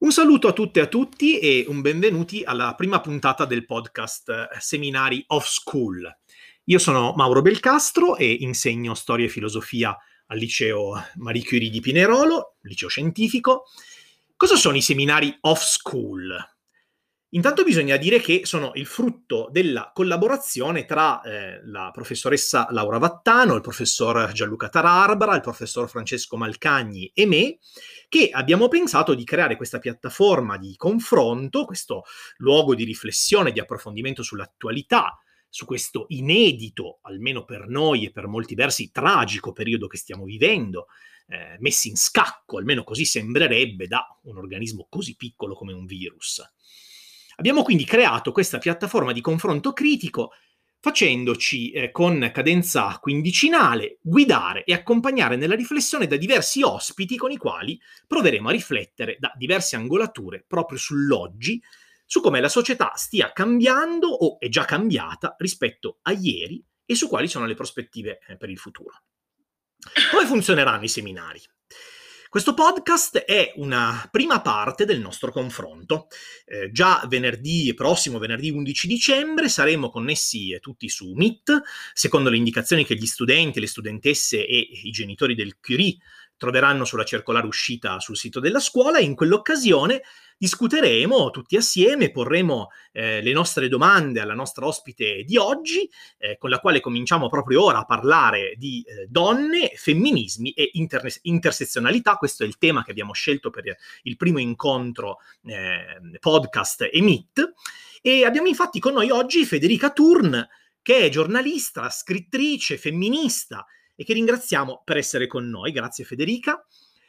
Un saluto a tutte e a tutti e un benvenuti alla prima puntata del podcast Seminari Off School. Io sono Mauro Belcastro e insegno storia e filosofia al liceo Marie Curie di Pinerolo, liceo scientifico. Cosa sono i seminari off school? Intanto bisogna dire che sono il frutto della collaborazione tra la professoressa Laura Vattano, il professor Gianluca Tararbara, il professor Francesco Malcagni e me, che abbiamo pensato di creare questa piattaforma di confronto, questo luogo di riflessione, di approfondimento sull'attualità, su questo inedito, almeno per noi e per molti versi tragico periodo che stiamo vivendo, messi in scacco, almeno così sembrerebbe, da un organismo così piccolo come un virus. Abbiamo quindi creato questa piattaforma di confronto critico facendoci con cadenza quindicinale guidare e accompagnare nella riflessione da diversi ospiti con i quali proveremo a riflettere da diverse angolature proprio sull'oggi, su come la società stia cambiando o è già cambiata rispetto a ieri e su quali sono le prospettive per il futuro. Come funzioneranno i seminari? Questo podcast è una prima parte del nostro confronto. Già prossimo venerdì 11 dicembre, saremo connessi tutti su Meet, secondo le indicazioni che gli studenti, le studentesse e i genitori del Curie troveranno sulla circolare uscita sul sito della scuola, e in quell'occasione discuteremo tutti assieme, porremo le nostre domande alla nostra ospite di oggi, con la quale cominciamo proprio ora a parlare di donne, femminismi e intersezionalità. Questo è il tema che abbiamo scelto per il primo incontro podcast e Meet. E abbiamo infatti con noi oggi Federica Turn, che è giornalista, scrittrice, femminista, e che ringraziamo per essere con noi. Grazie Federica.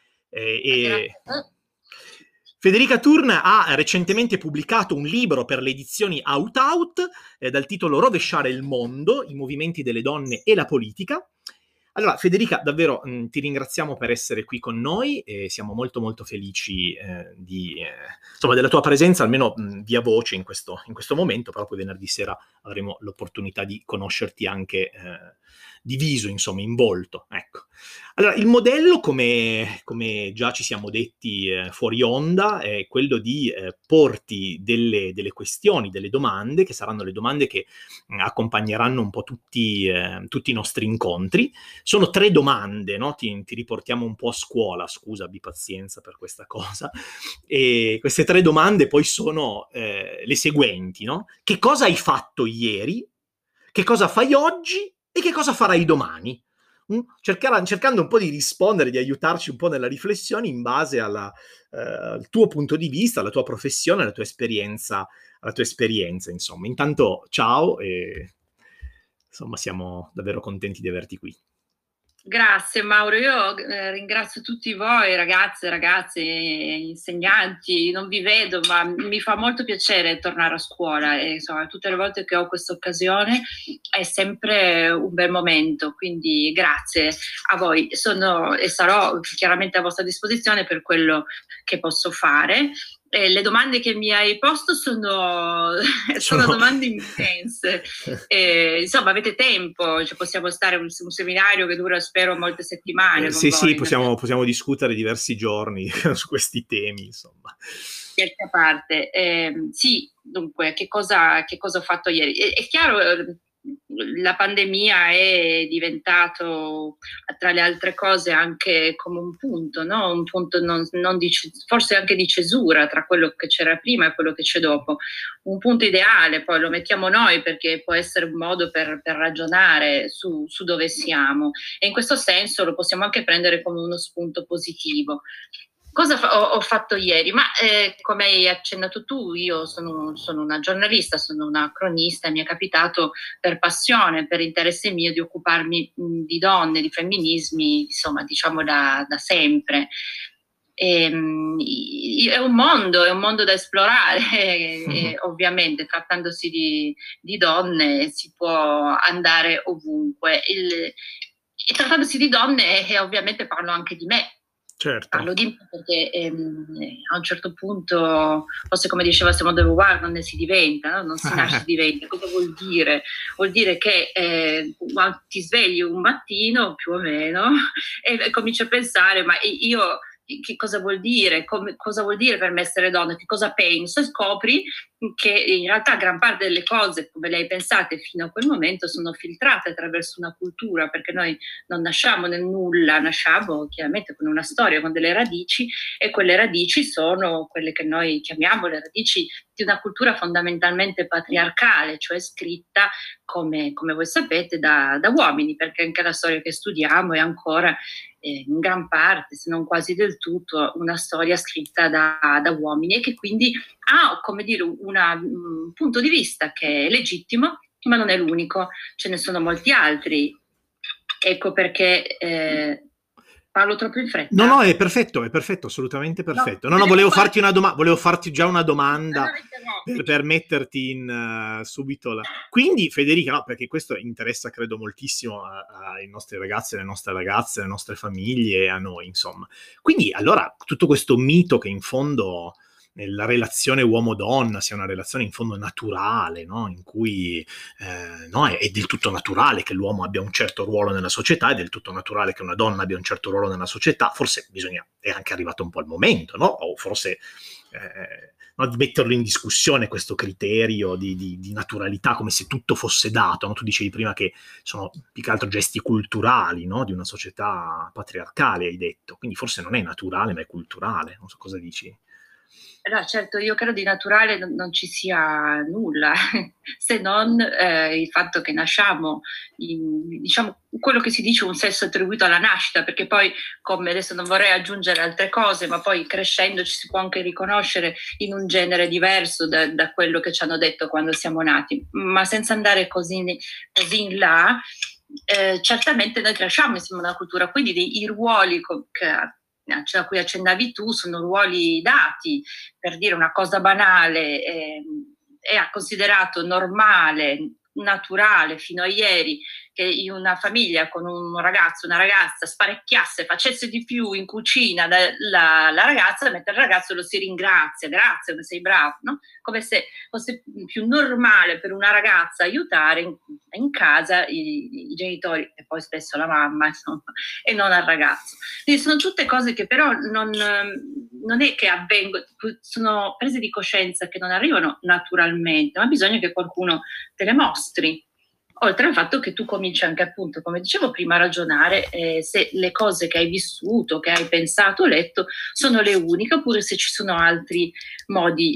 Federica Turn ha recentemente pubblicato un libro per le edizioni Out Out dal titolo Rovesciare il mondo, i movimenti delle donne e la politica. Allora Federica, davvero ti ringraziamo per essere qui con noi e siamo molto molto felici della tua presenza, almeno via voce in questo momento, però poi venerdì sera avremo l'opportunità di conoscerti anche di viso, insomma, in volto. Ecco. Allora, il modello, come già ci siamo detti fuori onda, è quello di porti delle questioni, delle domande, che saranno le domande che accompagneranno un po' tutti i nostri incontri. Sono 3 domande, no? Ti riportiamo un po' a scuola, scusa, abbi pazienza per questa cosa. E queste 3 domande poi sono le seguenti, no? Che cosa hai fatto ieri? Che cosa fai oggi? E che cosa farai domani? Cercando un po' di rispondere, di aiutarci un po' nella riflessione in base al tuo punto di vista, alla tua professione, alla tua esperienza, insomma. Intanto ciao e insomma siamo davvero contenti di averti qui. Grazie Mauro, io ringrazio tutti voi ragazze, insegnanti, non vi vedo ma mi fa molto piacere tornare a scuola e insomma tutte le volte che ho questa occasione è sempre un bel momento, quindi grazie a voi, sono e sarò chiaramente a vostra disposizione per quello che posso fare. Le domande che mi hai posto sono domande intense. Insomma, avete tempo, cioè possiamo stare un seminario che dura, spero, molte settimane. Sì, voi. Possiamo discutere diversi giorni su questi temi, insomma. Scherzi a parte. Sì, dunque, che cosa ho fatto ieri? È chiaro, la pandemia è diventato, tra le altre cose, anche come un punto, no? Un punto forse anche di cesura tra quello che c'era prima e quello che c'è dopo. Un punto ideale, poi lo mettiamo noi perché può essere un modo per ragionare su dove siamo, e in questo senso lo possiamo anche prendere come uno spunto positivo. Cosa ho fatto ieri? Ma come hai accennato tu, io sono una giornalista, sono una cronista, mi è capitato per passione, per interesse mio, di occuparmi di donne, di femminismi, insomma, diciamo da sempre. È un mondo da esplorare e ovviamente trattandosi di donne si può andare ovunque. E trattandosi di donne ovviamente parlo anche di me. Certo. Parlo di me perché a un certo punto, forse come diceva Simone de Beauvoir, non ne si diventa, no? Non si nasce, si diventa. Cosa vuol dire? Vuol dire che ti svegli un mattino più o meno e cominci a pensare, ma io che cosa vuol dire, cosa vuol dire per me essere donna, che cosa penso, e scopri che in realtà gran parte delle cose, come le hai pensate fino a quel momento, sono filtrate attraverso una cultura, perché noi non nasciamo nel nulla, nasciamo chiaramente con una storia, con delle radici, e quelle radici sono quelle che noi chiamiamo le radici di una cultura fondamentalmente patriarcale, cioè scritta, come voi sapete, da uomini, perché anche la storia che studiamo è ancora in gran parte, se non quasi del tutto, una storia scritta da uomini, e che quindi ha, come dire, un punto di vista che è legittimo, ma non è l'unico, ce ne sono molti altri. Ecco perché parlo troppo in fretta. No, è perfetto, assolutamente perfetto. No, volevo farti volevo farti già una domanda per metterti in subito là. Quindi, Federica, no, perché questo interessa, credo, moltissimo ai nostri ragazzi, alle nostre ragazze, alle nostre famiglie e a noi, insomma. Quindi, allora, tutto questo mito che in fondo la relazione uomo-donna sia una relazione in fondo naturale, no? In cui no, è del tutto naturale che l'uomo abbia un certo ruolo nella società, è del tutto naturale che una donna abbia un certo ruolo nella società. Forse è anche arrivato un po' il momento, no? O forse no, di metterlo in discussione questo criterio di naturalità, come se tutto fosse dato, no? Tu dicevi prima che sono più che altro gesti culturali, no? Di una società patriarcale, hai detto, quindi forse non è naturale ma è culturale, non so cosa dici. No, certo, io credo di naturale non ci sia nulla, se non il fatto che nasciamo diciamo, quello che si dice un sesso attribuito alla nascita, perché poi, come adesso non vorrei aggiungere altre cose, ma poi crescendo ci si può anche riconoscere in un genere diverso da quello che ci hanno detto quando siamo nati, ma senza andare così in là, certamente noi cresciamo insieme a una cultura, quindi i ruoli a cui accennavi tu sono ruoli dati. Per dire una cosa banale, è considerato normale, naturale fino a ieri che in una famiglia con un ragazzo, una ragazza sparecchiasse, facesse di più in cucina la ragazza, mentre il ragazzo lo si ringrazia, grazie, sei bravo, no? Come se fosse più normale per una ragazza aiutare in casa i genitori, e poi spesso la mamma, insomma, e non al ragazzo. Quindi sono tutte cose che però non è che avvengono, sono prese di coscienza che non arrivano naturalmente, ma bisogna che qualcuno te le mostri. Oltre al fatto che tu cominci anche, appunto, come dicevo prima, a ragionare se le cose che hai vissuto, che hai pensato, letto, sono le uniche, oppure se ci sono altri modi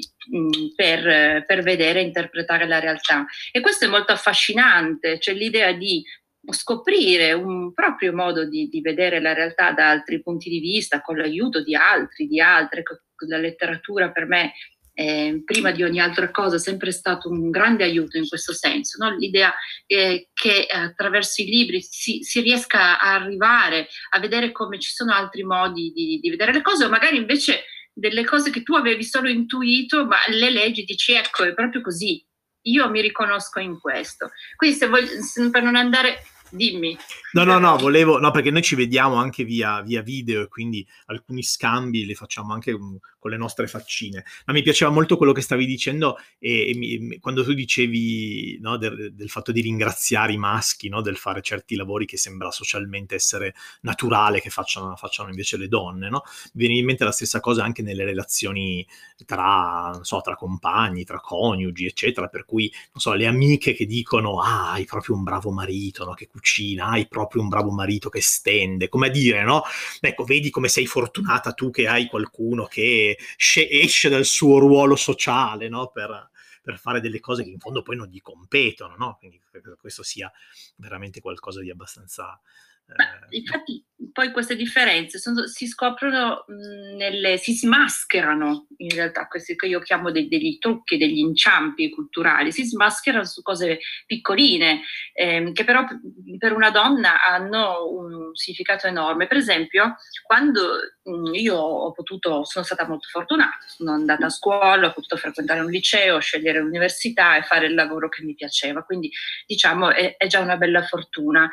per vedere e interpretare la realtà. E questo è molto affascinante, cioè l'idea di scoprire un proprio modo di vedere la realtà da altri punti di vista, con l'aiuto di altri, di altre. La letteratura per me, prima di ogni altra cosa, è sempre stato un grande aiuto in questo senso, no? L'idea che attraverso i libri si riesca a arrivare a vedere come ci sono altri modi di vedere le cose, o magari invece delle cose che tu avevi solo intuito, ma le leggi e dici ecco, è proprio così, io mi riconosco in questo. Quindi per non andare... Dimmi. No, volevo, no, perché noi ci vediamo anche via video, e quindi alcuni scambi li facciamo anche con le nostre faccine. Ma mi piaceva molto quello che stavi dicendo, e quando tu dicevi, no, del fatto di ringraziare i maschi, no, del fare certi lavori che sembra socialmente essere naturale che facciano invece le donne, no? Mi viene in mente la stessa cosa anche nelle relazioni tra compagni, tra coniugi, eccetera, per cui, non so, le amiche che dicono hai proprio un bravo marito, no, che cucina, hai proprio un bravo marito che stende, come a dire, no? Ecco, vedi come sei fortunata tu che hai qualcuno che esce dal suo ruolo sociale, no? Per fare delle cose che in fondo poi non gli competono, no? Quindi credo che questo sia veramente qualcosa di abbastanza... Infatti poi queste differenze si scoprono, si smascherano in realtà, questi che io chiamo degli trucchi, degli inciampi culturali, si smascherano su cose piccoline, che però per una donna hanno un significato enorme. Per esempio, quando io sono stata molto fortunata, sono andata a scuola, ho potuto frequentare un liceo, scegliere l'università e fare il lavoro che mi piaceva, quindi diciamo è già una bella fortuna.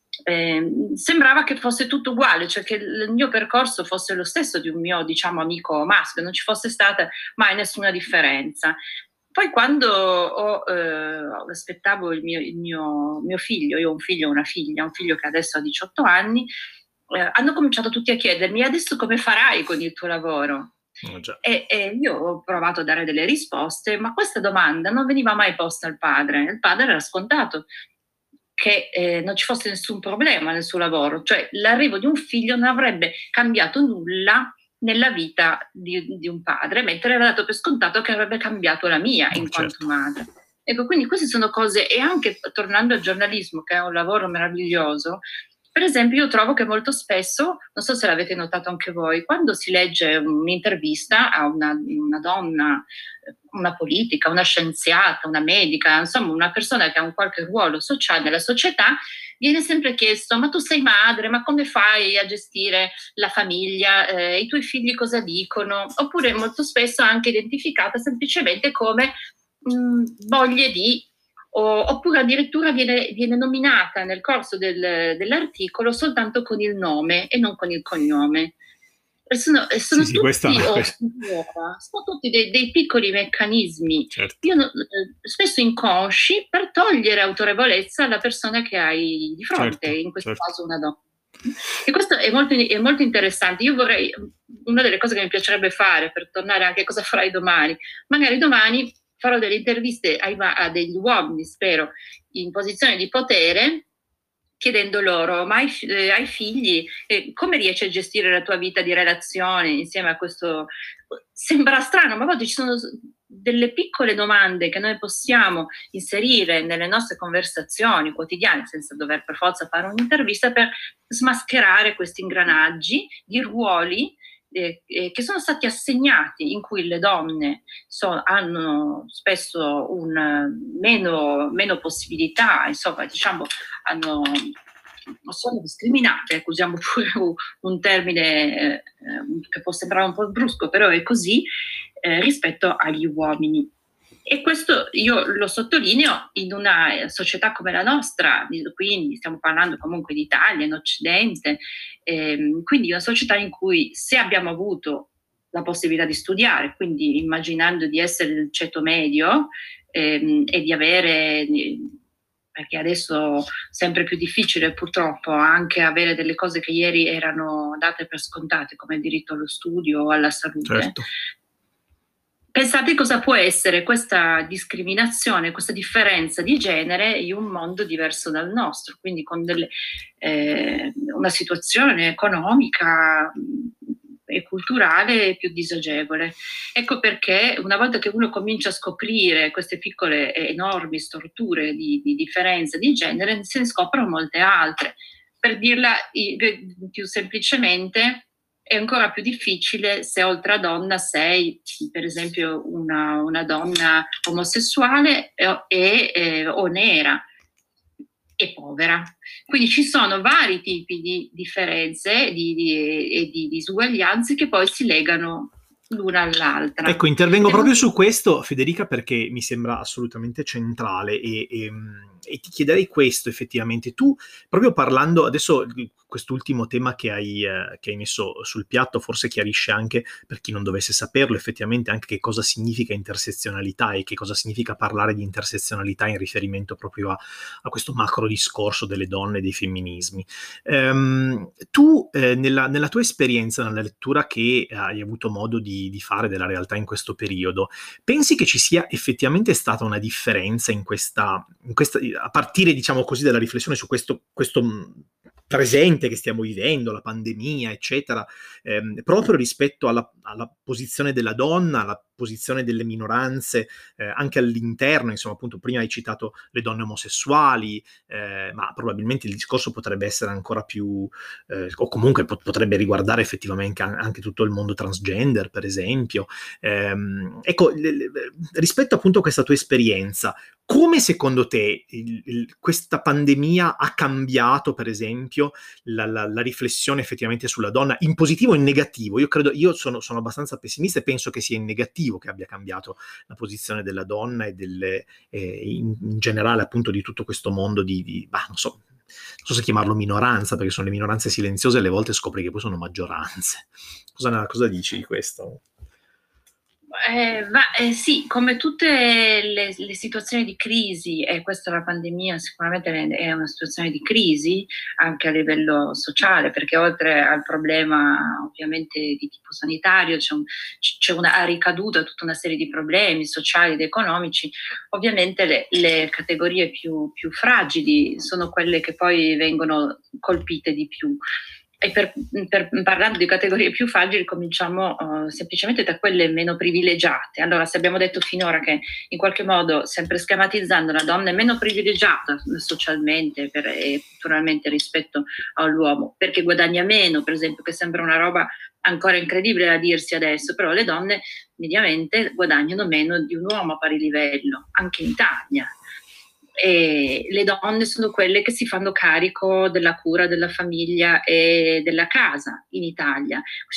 Sembrava che fosse tutto uguale, cioè che il mio percorso fosse lo stesso di un mio, diciamo, amico maschio, non ci fosse stata mai nessuna differenza. Poi quando aspettavo il mio figlio, io ho un figlio e una figlia, un figlio che adesso ha 18 anni, hanno cominciato tutti a chiedermi: adesso come farai con il tuo lavoro? E io ho provato a dare delle risposte, ma questa domanda non veniva mai posta al padre. Il padre era scontato che non ci fosse nessun problema nel suo lavoro, cioè l'arrivo di un figlio non avrebbe cambiato nulla nella vita di un padre, mentre era dato per scontato che avrebbe cambiato la mia in quanto madre. Ecco, quindi queste sono cose, e anche tornando al giornalismo, che è un lavoro meraviglioso, per esempio io trovo che molto spesso, non so se l'avete notato anche voi, quando si legge un'intervista a una donna, una politica, una scienziata, una medica, insomma una persona che ha un qualche ruolo sociale nella società, viene sempre chiesto: ma tu sei madre, ma come fai a gestire la famiglia, i tuoi figli cosa dicono? Oppure molto spesso anche identificata semplicemente come moglie di, oppure addirittura viene nominata nel corso dell'articolo soltanto con il nome e non con il cognome. Sono tutti dei piccoli meccanismi, spesso inconsci, per togliere autorevolezza alla persona che hai di fronte, in questo caso una donna. E questo è molto interessante. Io una delle cose che mi piacerebbe fare, per tornare anche a cosa farai domani, magari domani farò delle interviste a degli uomini, spero, in posizione di potere, chiedendo loro: ma hai figli? Come riesci a gestire la tua vita di relazione insieme a questo? Sembra strano, ma a volte ci sono delle piccole domande che noi possiamo inserire nelle nostre conversazioni quotidiane, senza dover per forza fare un'intervista, per smascherare questi ingranaggi di ruoli che sono stati assegnati, in cui le donne hanno spesso meno possibilità, insomma, diciamo, sono discriminate, usiamo pure un termine che può sembrare un po' brusco, però è così, rispetto agli uomini. E questo io lo sottolineo in una società come la nostra, quindi stiamo parlando comunque di Italia, in Occidente, quindi una società in cui, se abbiamo avuto la possibilità di studiare, quindi immaginando di essere del ceto medio e di avere, perché adesso è sempre più difficile purtroppo anche avere delle cose che ieri erano date per scontate, come il diritto allo studio o alla salute. Certo. Pensate cosa può essere questa discriminazione, questa differenza di genere in un mondo diverso dal nostro, quindi con una situazione economica e culturale più disagevole. Ecco perché una volta che uno comincia a scoprire queste piccole e enormi storture di differenza di genere, se ne scoprono molte altre. Per dirla più semplicemente, è ancora più difficile se oltre a donna sei, per esempio, una donna omosessuale o nera e povera. Quindi ci sono vari tipi di differenze e di disuguaglianze che poi si legano l'una all'altra. Ecco, intervengo proprio su questo, Federica, perché mi sembra assolutamente centrale e ti chiederei questo effettivamente. Tu, proprio parlando adesso, quest'ultimo tema che hai messo sul piatto forse chiarisce anche, per chi non dovesse saperlo, effettivamente anche che cosa significa intersezionalità e che cosa significa parlare di intersezionalità in riferimento proprio a questo macro discorso delle donne e dei femminismi. Tu, nella tua esperienza, nella lettura che hai avuto modo di fare della realtà in questo periodo, pensi che ci sia effettivamente stata una differenza in questa a partire, diciamo così, dalla riflessione su questo presente che stiamo vivendo, la pandemia, eccetera, proprio rispetto alla posizione della donna, alla posizione delle minoranze, anche all'interno, insomma, appunto, prima hai citato le donne omosessuali, ma probabilmente il discorso potrebbe essere ancora più, o comunque potrebbe riguardare effettivamente anche tutto il mondo transgender, per esempio. Ecco, rispetto appunto a questa tua esperienza, come secondo te questa pandemia ha cambiato, per esempio, la riflessione effettivamente sulla donna, in positivo e in negativo? Io sono abbastanza pessimista e penso che sia in negativo che abbia cambiato la posizione della donna e in generale appunto di tutto questo mondo non so se chiamarlo minoranza, perché sono le minoranze silenziose e alle volte scopri che poi sono maggioranze. Cosa dici di questo? Sì, come tutte le situazioni di crisi, e questa la pandemia sicuramente è una situazione di crisi anche a livello sociale, perché oltre al problema ovviamente di tipo sanitario c'è una ricaduta, tutta una serie di problemi sociali ed economici. Ovviamente le categorie più fragili sono quelle che poi vengono colpite di più. E parlando di categorie più fragili, cominciamo semplicemente da quelle meno privilegiate. Allora, se abbiamo detto finora che in qualche modo, sempre schematizzando, la donna è meno privilegiata socialmente e culturalmente rispetto all'uomo, perché guadagna meno, per esempio, che sembra una roba ancora incredibile da dirsi adesso, però le donne mediamente guadagnano meno di un uomo a pari livello, anche in Italia. E le donne sono quelle che si fanno carico della cura della famiglia e della casa in Italia.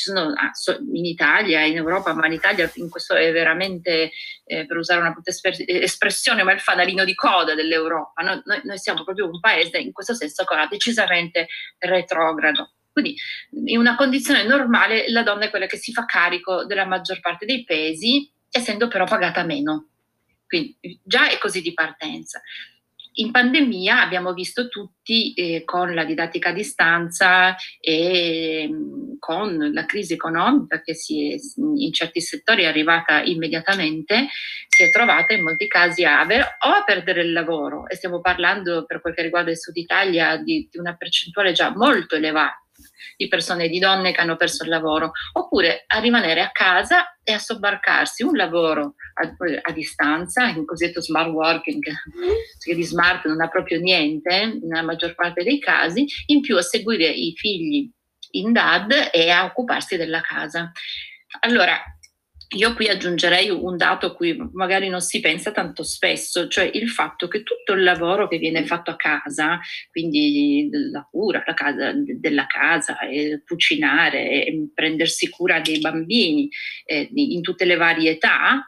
In Italia, in Europa, ma in Italia in questo è veramente, per usare una brutta espressione, ma il fanalino di coda dell'Europa. Noi siamo proprio un paese in questo senso ancora decisamente retrogrado. Quindi in una condizione normale la donna è quella che si fa carico della maggior parte dei pesi, essendo però pagata meno. Quindi già è così di partenza. In pandemia abbiamo visto tutti con la didattica a distanza e con la crisi economica che in certi settori è arrivata immediatamente, si è trovata in molti casi a perdere il lavoro, e stiamo parlando, per quel che riguarda il Sud Italia, di una percentuale già molto elevata di persone, di donne che hanno perso il lavoro, oppure a rimanere a casa e a sobbarcarsi un lavoro a distanza, in cosiddetto smart working, che di smart non ha proprio niente nella maggior parte dei casi, in più a seguire i figli in dad e a occuparsi della casa. Allora, io qui aggiungerei un dato a cui magari non si pensa tanto spesso, cioè il fatto che tutto il lavoro che viene fatto a casa, quindi la cura della casa, cucinare, prendersi cura dei bambini in tutte le varietà,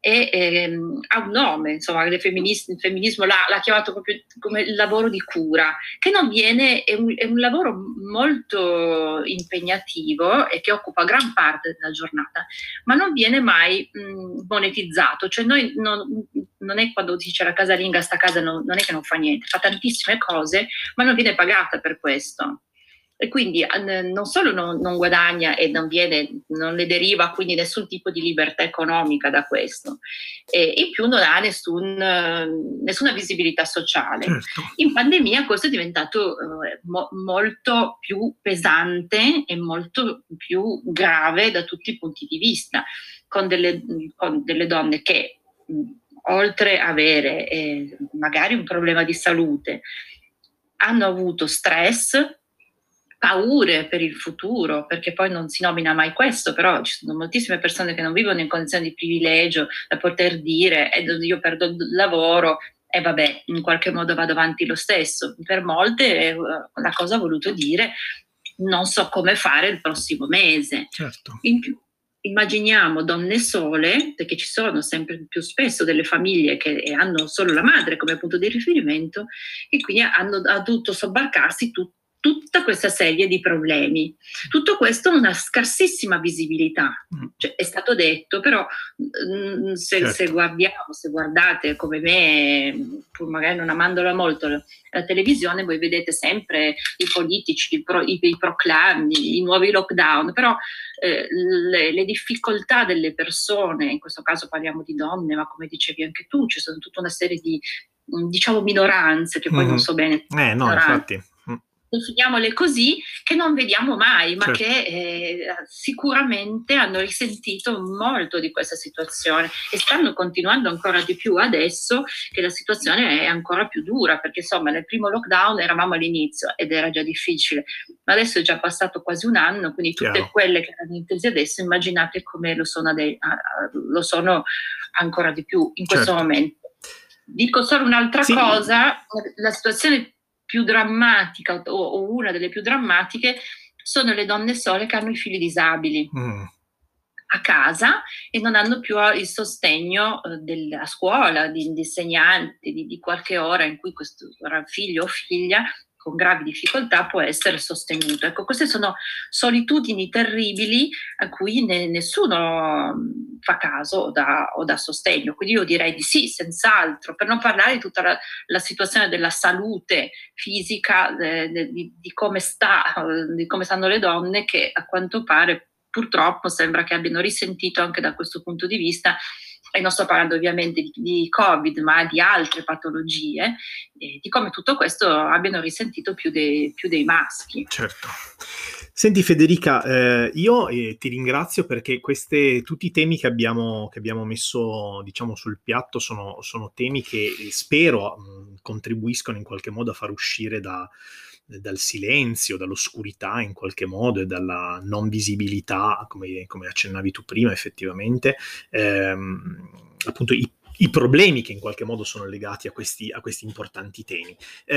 ha un nome, insomma, il femminismo l'ha chiamato proprio come il lavoro di cura, che non viene, è un lavoro molto impegnativo e che occupa gran parte della giornata, ma non viene mai monetizzato. Cioè noi non è, quando dice la casalinga sta casa non è che non fa niente, fa tantissime cose, ma non viene pagata per questo. E quindi non solo non guadagna e non le deriva quindi nessun tipo di libertà economica da questo, e in più non ha nessuna visibilità sociale. Certo. In pandemia questo è diventato molto più pesante e molto più grave da tutti i punti di vista, con delle donne che oltre a avere magari un problema di salute, hanno avuto stress, paure per il futuro, perché poi non si nomina mai questo, però ci sono moltissime persone che non vivono in condizioni di privilegio da poter dire io perdo il lavoro e vabbè, in qualche modo vado avanti lo stesso. Per molte la cosa ha voluto dire non so come fare il prossimo mese. Certo. In più, immaginiamo donne sole, perché ci sono sempre più spesso delle famiglie che hanno solo la madre come punto di riferimento, e quindi hanno dovuto sobbarcarsi tutta questa serie di problemi. Tutto questo ha una scarsissima visibilità, cioè, è stato detto, però se guardate come me, pur magari non amandola molto la televisione, voi vedete sempre i politici, i proclami, i nuovi lockdown, però le difficoltà delle persone, in questo caso parliamo di donne, ma come dicevi anche tu, ci sono tutta una serie di, diciamo, minoranze, che poi non so bene. No, infatti. Definiamole così, che non vediamo mai, ma certo, che sicuramente hanno risentito molto di questa situazione e stanno continuando ancora di più adesso che la situazione è ancora più dura, perché insomma nel primo lockdown eravamo all'inizio ed era già difficile, ma adesso è già passato quasi un anno, quindi tutte chiaro. quelle che erano intese adesso, immaginate come lo sono ancora di più in questo momento. Dico solo un'altra cosa, la situazione più drammatica o una delle più drammatiche sono le donne sole che hanno i figli disabili a casa e non hanno più il sostegno della scuola, di insegnanti, di qualche ora in cui questo figlio o figlia con gravi difficoltà può essere sostenuto. Ecco, queste sono solitudini terribili a cui nessuno fa caso o dà sostegno. Quindi io direi di sì, senz'altro, per non parlare di tutta la situazione della salute fisica, di come di come stanno le donne, che a quanto pare purtroppo sembra che abbiano risentito anche da questo punto di vista, e non sto parlando ovviamente di Covid, ma di altre patologie, di come tutto questo abbiano risentito più dei maschi. Certo. Senti Federica, io ti ringrazio perché tutti i temi che abbiamo messo, diciamo, sul piatto sono temi che spero contribuiscono in qualche modo a far uscire dal silenzio, dall'oscurità in qualche modo e dalla non visibilità, come accennavi tu prima, effettivamente, appunto i problemi che in qualche modo sono legati a questi importanti temi.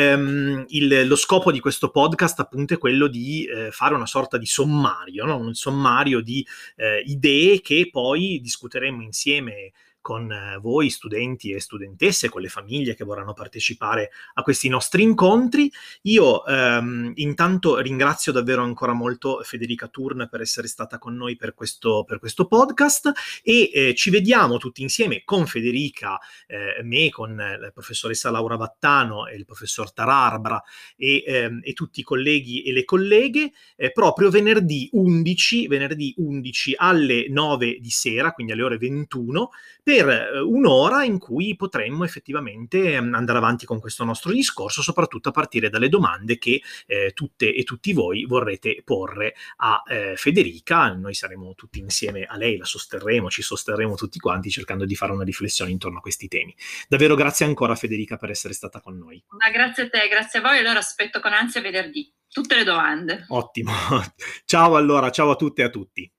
Lo scopo di questo podcast appunto è quello di fare una sorta di sommario, no? Un sommario di idee che poi discuteremo insieme con voi studenti e studentesse, con le famiglie che vorranno partecipare a questi nostri incontri. Io intanto ringrazio davvero ancora molto Federica Turn per essere stata con noi per questo podcast e ci vediamo tutti insieme con Federica, me, con la professoressa Laura Vattano e il professor Tararbra e tutti i colleghi e le colleghe proprio venerdì 11 alle 9 di sera, quindi alle ore 21, per un'ora in cui potremmo effettivamente andare avanti con questo nostro discorso, soprattutto a partire dalle domande che tutte e tutti voi vorrete porre a Federica. Noi saremo tutti insieme a lei, ci sosterremo tutti quanti cercando di fare una riflessione intorno a questi temi. Davvero grazie ancora Federica per essere stata con noi. Ma grazie a te, grazie a voi, allora aspetto con ansia venerdì tutte le domande. Ottimo, ciao allora, ciao a tutte e a tutti.